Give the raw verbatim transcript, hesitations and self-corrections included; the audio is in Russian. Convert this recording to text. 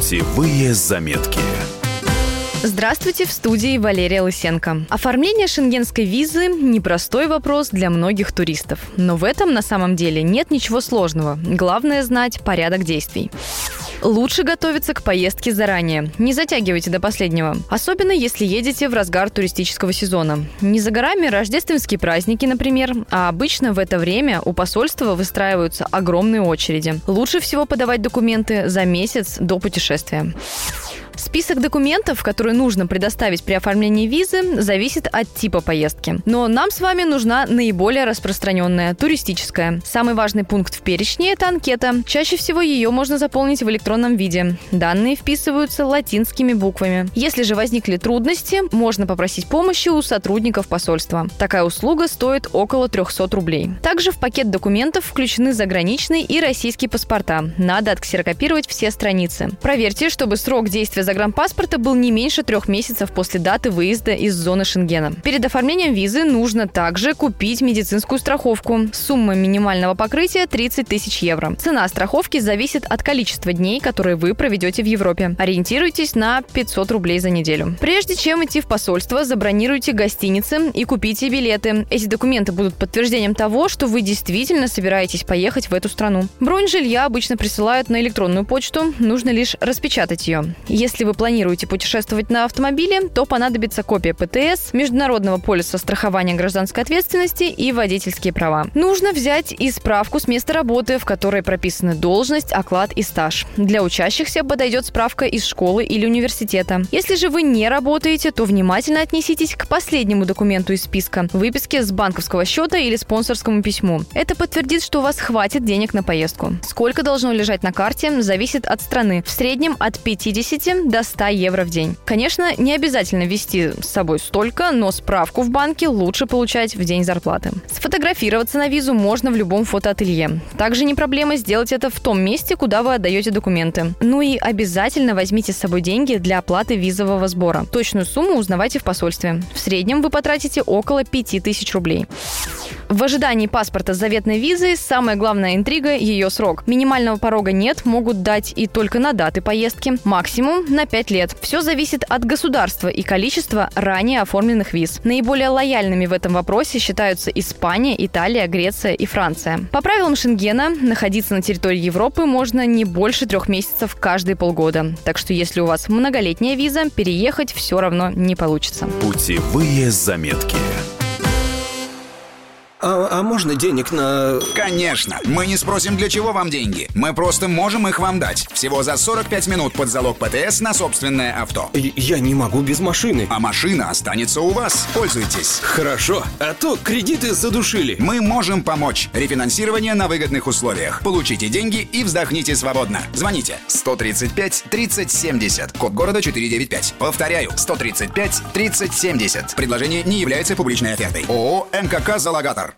Путевые заметки. Здравствуйте, в студии Валерия Лысенко. Оформление шенгенской визы – непростой вопрос для многих туристов. Но в этом на самом деле нет ничего сложного. Главное знать порядок действий. Лучше готовиться к поездке заранее. Не затягивайте до последнего. Особенно, если едете в разгар туристического сезона. Не за горами рождественские праздники, например, а обычно в это время у посольства выстраиваются огромные очереди. Лучше всего подавать документы за месяц до путешествия. Список документов, которые нужно предоставить при оформлении визы, зависит от типа поездки. Но нам с вами нужна наиболее распространенная, туристическая. Самый важный пункт в перечне – это анкета. Чаще всего ее можно заполнить в электронном виде. Данные вписываются латинскими буквами. Если же возникли трудности, можно попросить помощи у сотрудников посольства. Такая услуга стоит около триста рублей. Также в пакет документов включены заграничные и российские паспорта. Надо отксерокопировать все страницы. Проверьте, чтобы срок действия загранпаспорта был не меньше трех месяцев после даты выезда из зоны Шенгена. Перед оформлением визы нужно также купить медицинскую страховку. Сумма минимального покрытия – тридцать тысяч евро. Цена страховки зависит от количества дней, которые вы проведете в Европе. Ориентируйтесь на пятьсот рублей за неделю. Прежде чем идти в посольство, забронируйте гостиницы и купите билеты. Эти документы будут подтверждением того, что вы действительно собираетесь поехать в эту страну. Бронь жилья обычно присылают на электронную почту, нужно лишь распечатать ее. Если Если вы планируете путешествовать на автомобиле, то понадобится копия ПТС, международного полиса страхования гражданской ответственности и водительские права. Нужно взять и справку с места работы, в которой прописаны должность, оклад и стаж. Для учащихся подойдет справка из школы или университета. Если же вы не работаете, то внимательно отнеситесь к последнему документу из списка – выписке с банковского счета или спонсорскому письму. Это подтвердит, что у вас хватит денег на поездку. Сколько должно лежать на карте, зависит от страны. В среднем от пятидесяти до ста евро в день. Конечно, не обязательно везти с собой столько, но справку в банке лучше получать в день зарплаты. Сфотографироваться на визу можно в любом фотоателье. Также не проблема сделать это в том месте, куда вы отдаете документы. Ну и обязательно возьмите с собой деньги для оплаты визового сбора. Точную сумму узнавайте в посольстве. В среднем вы потратите около пяти тысяч рублей. В ожидании паспорта с заветной визой самая главная интрига – ее срок. Минимального порога нет, могут дать и только на даты поездки. Максимум – на пять лет. Все зависит от государства и количества ранее оформленных виз. Наиболее лояльными в этом вопросе считаются Испания, Италия, Греция и Франция. По правилам Шенгена, находиться на территории Европы можно не больше трех месяцев каждые полгода. Так что если у вас многолетняя виза, переехать все равно не получится. Путевые заметки. А, а можно денег на... Конечно! Мы не спросим, для чего вам деньги. Мы просто можем их вам дать. Всего за сорок пять минут под залог ПТС на собственное авто. Я не могу без машины. А машина останется у вас. Пользуйтесь. Хорошо, а то кредиты задушили. Мы можем помочь. Рефинансирование на выгодных условиях. Получите деньги и вздохните свободно. Звоните сто тридцать пять тридцать семьдесят. Код города четыреста девяносто пять. Повторяю, сто тридцать пять тридцать семьдесят. Предложение не является публичной офертой. ООО «МКК Залогатор».